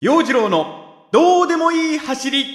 陽次郎のどうでもいい走り。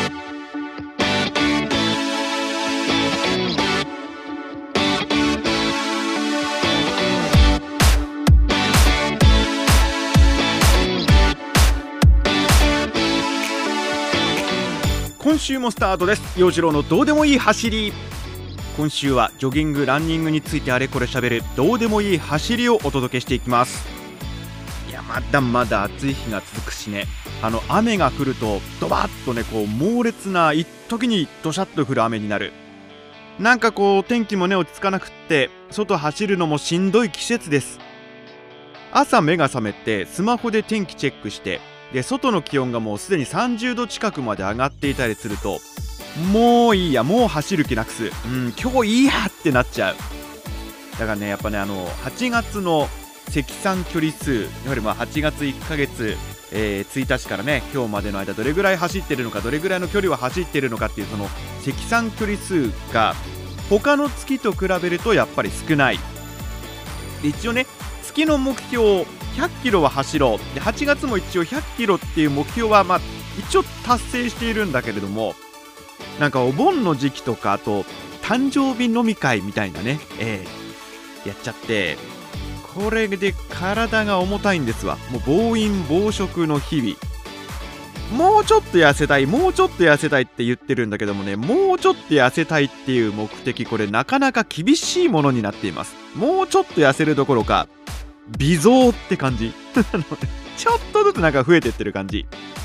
今週もスタートです。陽次郎のどうでもいい走り。今週はジョギングランニングについてあれこれ喋るどうでもいい走りをお届けしていきます。いや、まだまだ暑い日が続くしね、雨が降るとドバッとね、こう猛烈な一時にドシャッと降る雨になる。なんかこう天気もね落ち着かなくって、外走るのもしんどい季節です。朝目が覚めてスマホで天気チェックして、で外の気温がもうすでに30度近くまで上がっていたりすると、もういいや、もう走る気なくす、今日いいやってなっちゃう。だからね、やっぱね、8月の積算距離数、やはり8月1ヶ月、1日からね今日までの間どれぐらい走ってるのか、どれぐらいの距離を走ってるのかっていう、その積算距離数が他の月と比べるとやっぱり少ない。で一応ね、月の目標100キロは走ろうで、8月も一応100キロっていう目標は一応達成しているんだけれども、なんかお盆の時期とか、あと誕生日飲み会みたいなね、やっちゃって、これで体が重たいんですわ。もう暴飲暴食の日々。もうちょっと痩せたい、もうちょっと痩せたいって言ってるんだけどもね、もうちょっと痩せたいっていう目的、これなかなか厳しいものになっています。もうちょっと痩せるどころか微増って感じちょっとずつなんか増えてってる感じ。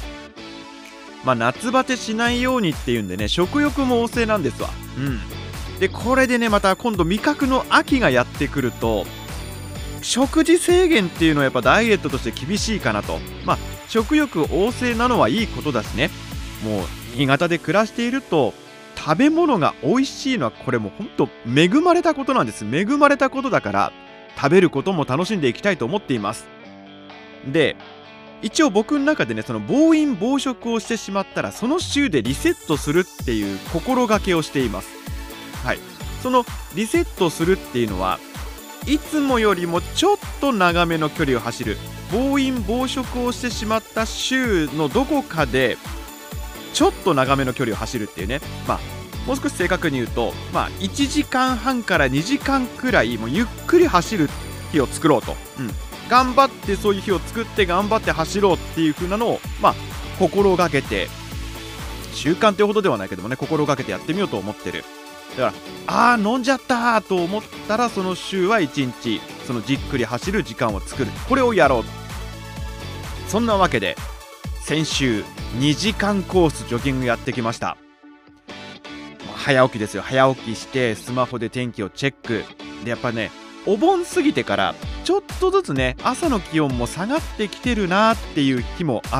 夏バテしないようにっていうんでね、食欲も旺盛なんですわ。でこれでね、また今度味覚の秋がやってくると、食事制限っていうのはやっぱダイエットとして厳しいかなと。食欲旺盛なのはいいことだしね、もう新潟で暮らしていると食べ物が美味しいのはこれもうほんと恵まれたことなんです。恵まれたことだから、食べることも楽しんでいきたいと思っています。で一応僕の中でね、その暴飲暴食をしてしまったらその週でリセットするっていう心がけをしています。そのリセットするっていうのは、いつもよりもちょっと長めの距離を走る。暴飲暴食をしてしまった週のどこかでちょっと長めの距離を走るっていうね、もう少し正確に言うと、1時間半から2時間くらいもうゆっくり走る日を作ろうと、頑張ってそういう日を作って頑張って走ろうっていう風なのを心がけて、習慣というほどではないけどもね、心がけてやってみようと思ってる。だから飲んじゃったと思ったら、その週は1日そのじっくり走る時間を作る、これをやろう。そんなわけで先週2時間コースジョギングやってきました。早起きですよ。早起きしてスマホで天気をチェックで、やっぱね、お盆過ぎてからちょっとずつね、朝の気温も下がってきてるなっていう日もあって、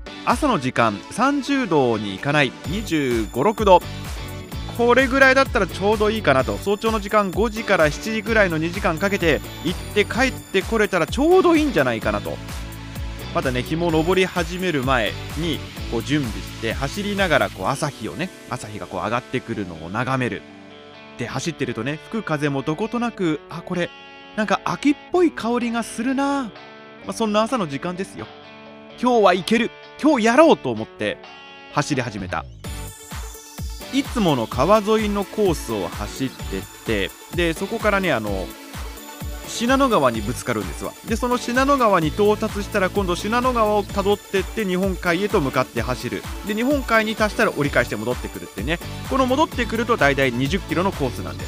朝の時間30度にいかない25、6度、これぐらいだったらちょうどいいかなと。早朝の時間5時から7時ぐらいの2時間かけて行って帰ってこれたらちょうどいいんじゃないかなと。まだね、日も昇り始める前にこう準備して走りながら、朝日がこう上がってくるのを眺める。で走ってるとね、吹く風もどことなく、これなんか秋っぽい香りがするな、そんな朝の時間ですよ。今日はいける、今日やろうと思って走り始めた。いつもの川沿いのコースを走ってって、でそこからね、信濃川にぶつかるんですわ。でその信濃川に到達したら、今度信濃川をたどってって日本海へと向かって走る。で日本海に達したら折り返して戻ってくるってね、この戻ってくるとだいたい20キロのコースなんです。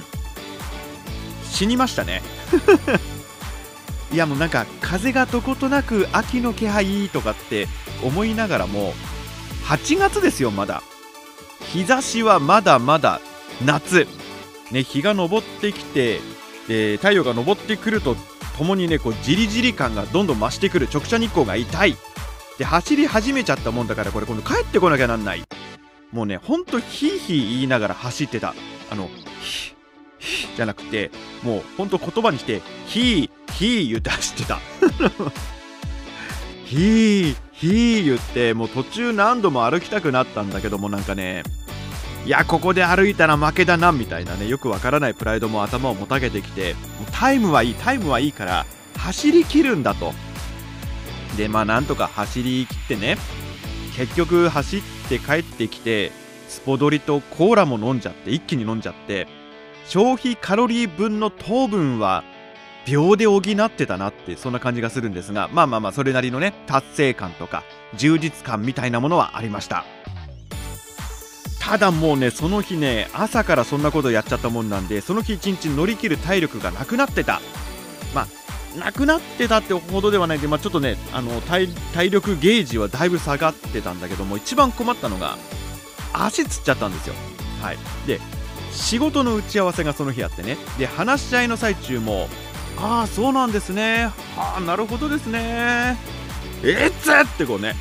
死にましたねいやもうなんか風がどことなく秋の気配とかって思いながらも、8月ですよ。まだ日差しはまだまだ夏ね。日が昇ってきて、太陽が昇ってくるとともにね、こうじりじり感がどんどん増してくる。直射日光が痛いで走り始めちゃったもんだから、これ今度帰ってこなきゃなんない。もうね、ほんとヒーヒー言いながら走ってた。ヒーじゃなくて、もうほんと言葉にしてヒーヒー言って走ってたヒーヒー言って、もう途中何度も歩きたくなったんだけども、なんかね、いやここで歩いたら負けだなみたいなね、よくわからないプライドも頭をもたげてきて、もうタイムはいいから走り切るんだと。 でなんとか走り切ってね、結局走って帰ってきてスポドリとコーラも飲んじゃって、一気に飲んじゃって、消費カロリー分の糖分は秒で補ってたなって、そんな感じがするんですが、それなりのね達成感とか充実感みたいなものはありました。ただもうね、その日ね、朝からそんなことやっちゃったもんなんで、その日一日乗り切る体力がなくなってた。なくなってたってほどではないけど、ちょっとね、体力ゲージはだいぶ下がってたんだけども、一番困ったのが足つっちゃったんですよ。はい。で、仕事の打ち合わせがその日あってね、で話し合いの最中も、ああそうなんですね、ああなるほどですね、ってこうね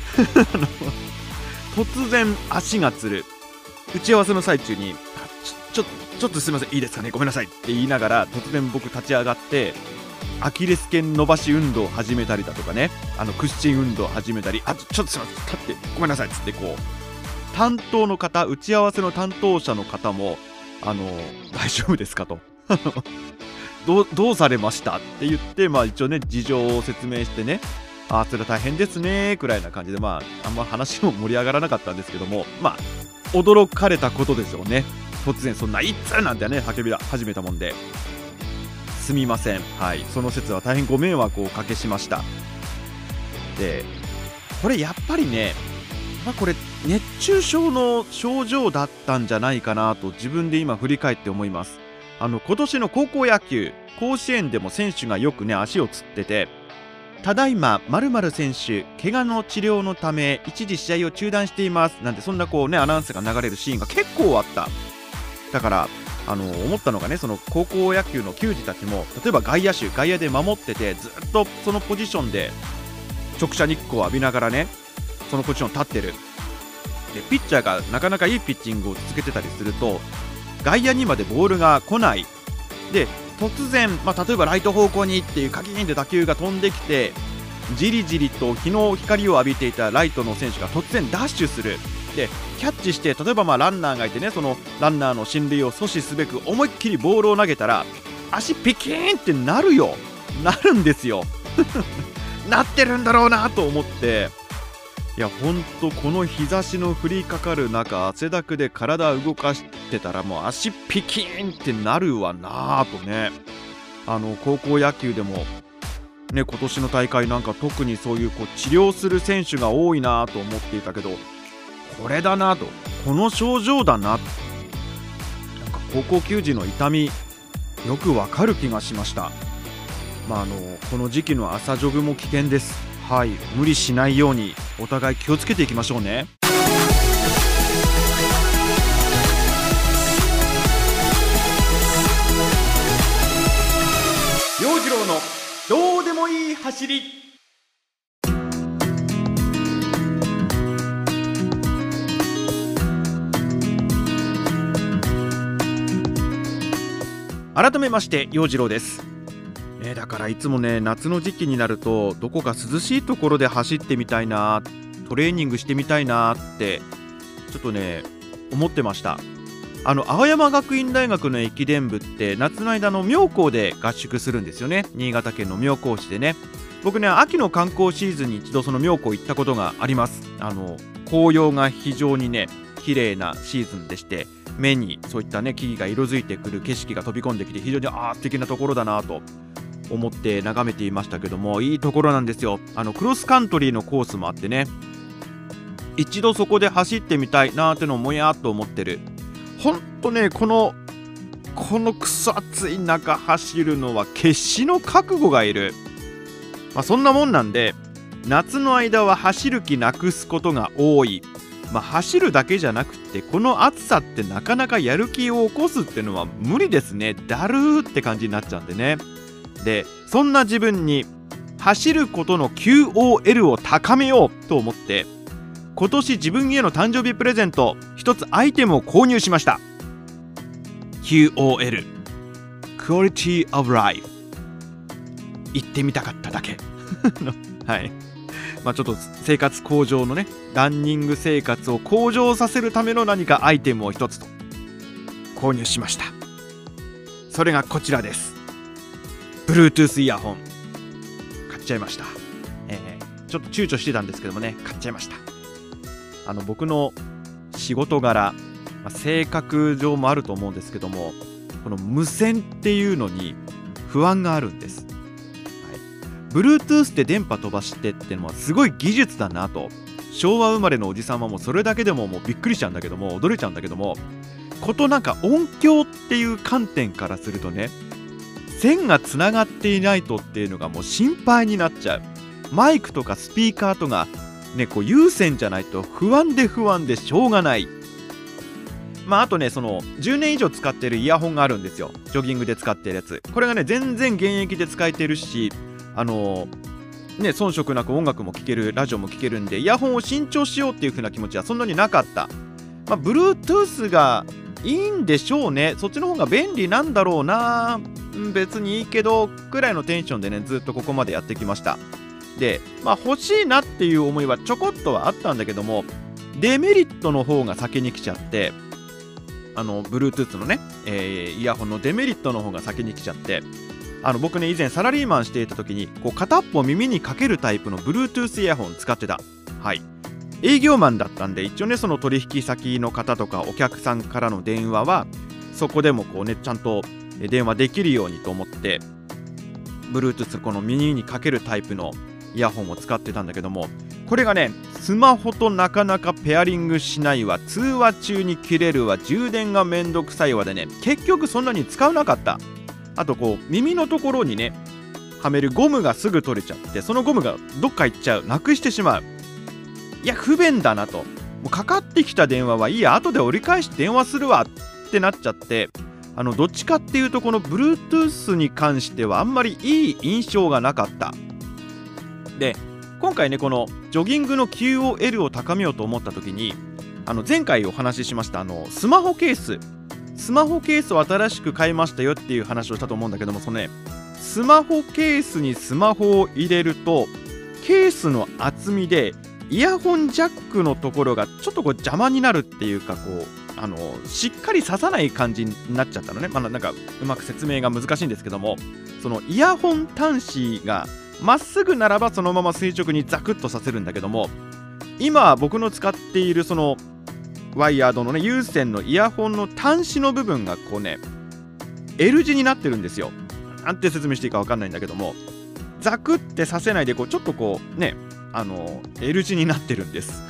突然足がつる。打ち合わせの最中にちょっとすいません、いいですかね、ごめんなさいって言いながら、突然僕立ち上がってアキレス腱伸ばし運動を始めたりだとかね、屈伸運動を始めたり、ちょっとすいません、立ってごめんなさいっつって、こう担当の方、打ち合わせの担当者の方も大丈夫ですかとどうされましたって言って、一応ね事情を説明してね、それは大変ですねくらいな感じで、あんま話も盛り上がらなかったんですけども、驚かれたことでしょうね。突然そんな「いつ!」なんてね叫び始めたもんで、すみません、はい、その説は大変ご迷惑をおかけしました。でこれやっぱりね、これ熱中症の症状だったんじゃないかなと自分で今振り返って思います。今年の高校野球甲子園でも選手がよくね足をつってて、ただいま〇〇選手怪我の治療のため一時試合を中断していますなんて、そんなこうねアナウンスが流れるシーンが結構あった。だから思ったのがね、その高校野球の球児たちも、例えば外野で守ってて、ずっとそのポジションで直射日光を浴びながらねそのポジション立ってる。でピッチャーがなかなかいいピッチングを続けてたりすると、外野にまでボールが来ない。で突然、例えばライト方向にっていうカキーンで打球が飛んできて、じりじりと日の光を浴びていたライトの選手が突然ダッシュする。でキャッチして、例えばランナーがいてね、そのランナーの進塁を阻止すべく思いっきりボールを投げたら、足ピキーンってなるんですよなってるんだろうなと思って、いやほんとこの日差しの降りかかる中、汗だくで体動かしてたらもう足ピキーンってなるわなとね。高校野球でもね、今年の大会なんか特にそういう治療する選手が多いなと思っていたけど、これだなと、この症状だな、なんか高校球児の痛みよくわかる気がしました。この時期の朝ジョグも危険です。はい、無理しないようにお互い気をつけていきましょうね。陽次郎のどうでもいい走り。改めまして陽次郎です。だからいつもね、夏の時期になるとどこか涼しいところで走ってみたいな、トレーニングしてみたいなってちょっとね思ってました。青山学院大学の駅伝部って夏の間の妙高で合宿するんですよね。新潟県の妙高市でね。僕ね、秋の観光シーズンに一度その妙高行ったことがあります。紅葉が非常にね綺麗なシーズンでして、目にそういったね木々が色づいてくる景色が飛び込んできて、非常に素敵なところだなと思って眺めていましたけども、いいところなんですよ。クロスカントリーのコースもあってね、一度そこで走ってみたいなーってのをもやっと思ってる。ほんとね、このクソ暑い中走るのは決死の覚悟がいる。そんなもんなんで、夏の間は走る気なくすことが多い。走るだけじゃなくて、この暑さってなかなかやる気を起こすってのは無理ですね。だるーって感じになっちゃうんでね。でそんな自分に走ることの QOL を高めようと思って、今年自分への誕生日プレゼント一つアイテムを購入しました。 QOL Quality of Life、 言ってみたかっただけはい、ちょっと生活向上のね、ランニング生活を向上させるための何かアイテムを一つと購入しました。それがこちらです。 Bluetooth イヤホン買っちゃいました。 ちょっと躊躇してたんですけどもね、買っちゃいました。僕の仕事柄、性格上もあると思うんですけども、この無線っていうのに不安があるんです。Bluetooth で電波飛ばしてってのはすごい技術だなと。昭和生まれのおじさまもそれだけでももうびっくりしちゃうんだけども、驚いちゃうんだけども、ことなんか音響っていう観点からするとね、線がつながっていないとっていうのがもう心配になっちゃう。マイクとかスピーカーとかね、こう有線じゃないと不安でしょうがない。あとね、その10年以上使ってるイヤホンがあるんですよ。ジョギングで使ってるやつ。これがね、全然現役で使えてるし、遜色なく音楽も聴ける、ラジオも聴けるんで、イヤホンを新調しようっていう風な気持ちはそんなになかった。Bluetooth がいいんでしょうね。そっちの方が便利なんだろうな。別にいいけどくらいのテンションでね、ずっとここまでやってきました。で、欲しいなっていう思いはちょこっとはあったんだけども、デメリットの方が先に来ちゃって、Bluetooth のね、イヤホンのデメリットの方が先に来ちゃって、僕ね、以前サラリーマンしていた時にこう片っぽ耳にかけるタイプの Bluetooth イヤホン使ってた。はい。営業マンだったんで、一応ね、その取引先の方とかお客さんからの電話はそこでもこうね、ちゃんと電話できるようにと思って Bluetooth この耳にかけるタイプのイヤホンを使ってたんだけども、これがね、スマホとなかなかペアリングしないわ、通話中に切れるわ、充電がめんどくさいわでね、結局そんなに使わなかった。あとこう耳のところにね、はめるゴムがすぐ取れちゃって、そのゴムがどっか行っちゃう、なくしてしまう。いや、不便だなと。もうかかってきた電話はいいや、後で折り返して電話するわってなっちゃって、どっちかっていうとこの Bluetooth に関してはあんまりいい印象がなかった。で、今回ね、このジョギングの QOL を高めようと思った時に、前回お話ししましたスマホケースを新しく買いましたよっていう話をしたと思うんだけども、そのね、スマホケースにスマホを入れると、ケースの厚みでイヤホンジャックのところがちょっとこう邪魔になるっていうか、こうしっかり刺さない感じになっちゃったのね。なんかうまく説明が難しいんですけども、そのイヤホン端子がまっすぐならばそのまま垂直にザクッとさせるんだけども、今僕の使っているそのワイヤードのね、有線のイヤホンの端子の部分がこうね、 L 字になってるんですよ。なんて説明していいか分かんないんだけども、ザクってさせないでこうちょっとこうね、L 字になってるんです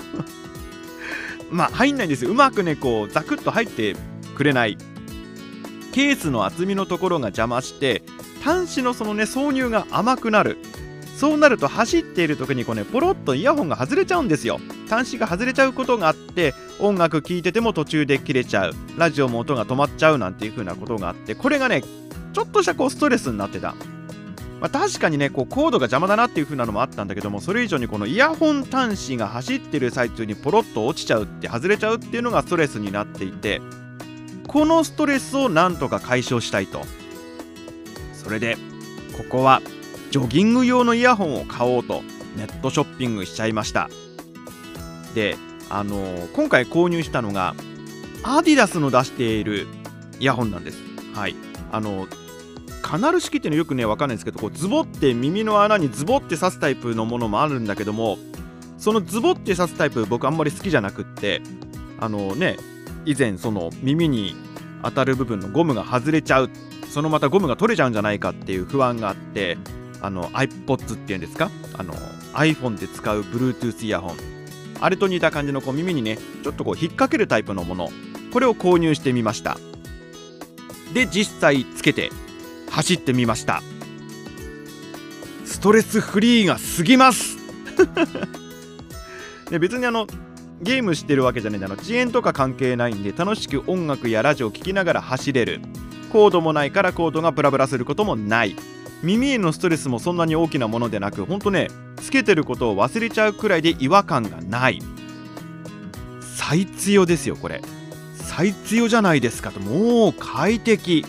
入んないんですよ。うまくね、こうザクッと入ってくれない。ケースの厚みのところが邪魔して、端子のそのね、挿入が甘くなる。そうなると走っている時にこうね、ポロッとイヤホンが外れちゃうんですよ。端子が外れちゃうことがあって、音楽聴いてても途中で切れちゃう、ラジオも音が止まっちゃうなんていう風なことがあって、これがね、ちょっとしたこうストレスになってた。確かにね、こうコードが邪魔だなっていう風なのもあったんだけども、それ以上にこのイヤホン端子が走ってる最中にポロッと落ちちゃうって、外れちゃうっていうのがストレスになっていて、このストレスをなんとか解消したいと。それでここはジョギング用のイヤホンを買おうとネットショッピングしちゃいました。で、今回購入したのがアディダスの出しているイヤホンなんです。はい。カナル式っていうのよくね、わかんないんですけど、こうズボって耳の穴にズボって刺すタイプのものもあるんだけども、そのズボって刺すタイプ僕あんまり好きじゃなくって、以前その耳に当たる部分のゴムが外れちゃう、そのまたゴムが取れちゃうんじゃないかっていう不安があって、iPods っていうんですか、iPhone で使う Bluetooth イヤホン、あれと似た感じのこう耳にね、ちょっとこう引っ掛けるタイプのもの、これを購入してみました。で、実際つけて走ってみました。ストレスフリーが過ぎますで、別にゲームしてるわけじゃないんで、遅延とか関係ないんで、楽しく音楽やラジオを聴きながら走れる。コードもないからコードがブラブラすることもない。耳へのストレスもそんなに大きなものでなく、ほんとね、つけてることを忘れちゃうくらいで違和感がない。最強ですよ、これ。最強じゃないですかと。もう快適。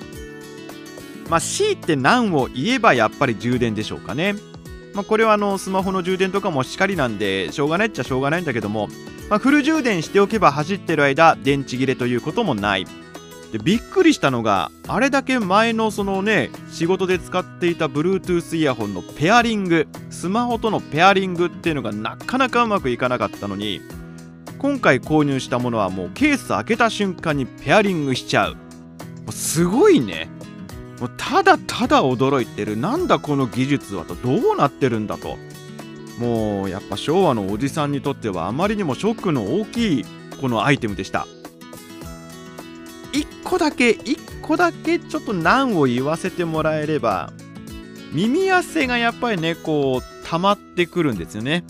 強いて何を言えばやっぱり充電でしょうかね。これはスマホの充電とかもしっかりなんでしょうがないっちゃしょうがないんだけども、フル充電しておけば走ってる間電池切れということもない。 でびっくりしたのが、あれだけ前のそのね仕事で使っていた Bluetooth イヤホンのペアリング、スマホとのペアリングっていうのがなかなかうまくいかなかったのに、今回購入したものはもうケース開けた瞬間にペアリングしちゃう。もうすごいね。もうただただ驚いてる。なんだこの技術はと、どうなってるんだと。もうやっぱ昭和のおじさんにとってはあまりにもショックの大きいこのアイテムでした。一個だけちょっと難を言わせてもらえれば、耳汗がやっぱりねこう溜まってくるんですよね。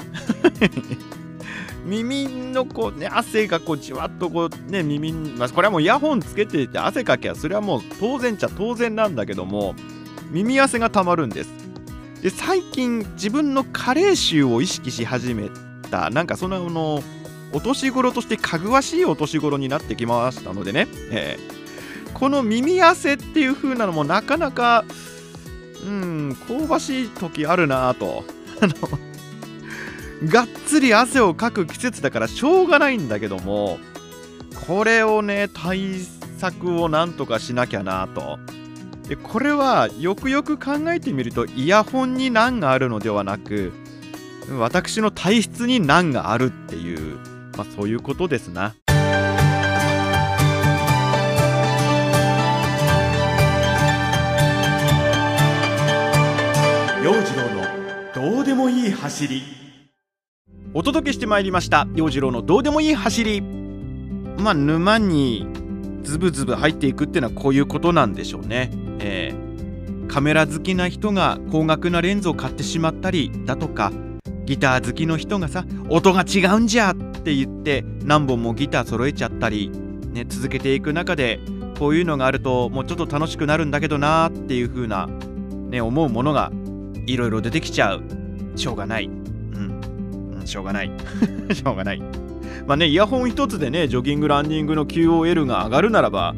耳のこうね汗がこうじわっとこうね耳に、これはもうイヤホンつけていて汗かけばそれはもう当然なんだけども、耳汗が溜まるんです。で最近自分の加齢臭を意識し始めた、なんかそのお年頃としてかぐわしいお年頃になってきましたのでね、この耳汗っていう風なのもなかなか香ばしい時あるなぁと。がっつり汗をかく季節だからしょうがないんだけども、これをね対策をなんとかしなきゃなと。でこれはよくよく考えてみると、イヤホンに難があるのではなく、私の体質に難があるっていう、そういうことですな。陽次郎のどうでもいい走り。お届けしてまいりました陽次郎のどうでもいい走り。沼にズブズブ入っていくっていうのはこういうことなんでしょうね。カメラ好きな人が高額なレンズを買ってしまったりだとか、ギター好きの人がさ音が違うんじゃって言って何本もギター揃えちゃったり、ね、続けていく中でこういうのがあるともうちょっと楽しくなるんだけどなーっていう風な、思うものがいろいろ出てきちゃう。しょうがない。しょうがない。しょうがない。イヤホン一つでねジョギングランニングの QOL が上がるならば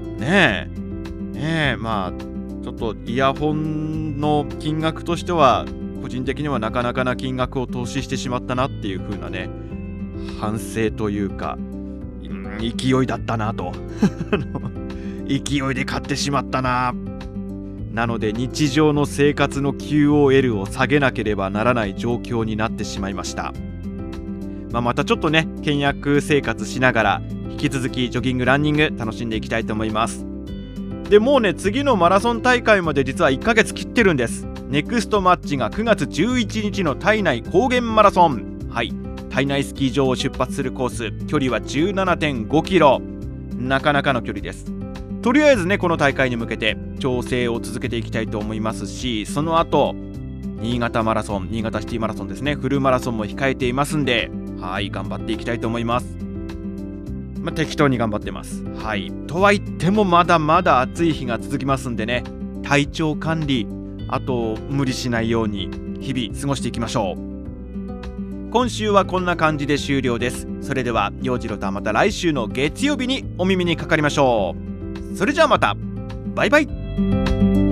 ちょっとイヤホンの金額としては個人的にはなかなかな金額を投資してしまったなっていう風なね反省というか、勢いだったなと。勢いで買ってしまったな。なので日常の生活の QOL を下げなければならない状況になってしまいました。またちょっとね倹約生活しながら引き続きジョギングランニング楽しんでいきたいと思います。でもうね次のマラソン大会まで実は1ヶ月切ってるんです。ネクストマッチが9月11日の胎内高原マラソン。胎内スキー場を出発するコース、距離は 17.5 キロ。なかなかの距離です。とりあえずねこの大会に向けて調整を続けていきたいと思いますし、その後新潟マラソン、新潟シティマラソンですね、フルマラソンも控えていますんで、頑張っていきたいと思います。適当に頑張ってます。とは言ってもまだまだ暑い日が続きますんでね、体調管理、あと無理しないように日々過ごしていきましょう。今週はこんな感じで終了です。それでは陽次郎とはまた来週の月曜日にお耳にかかりましょう。それじゃあまた、バイバイ。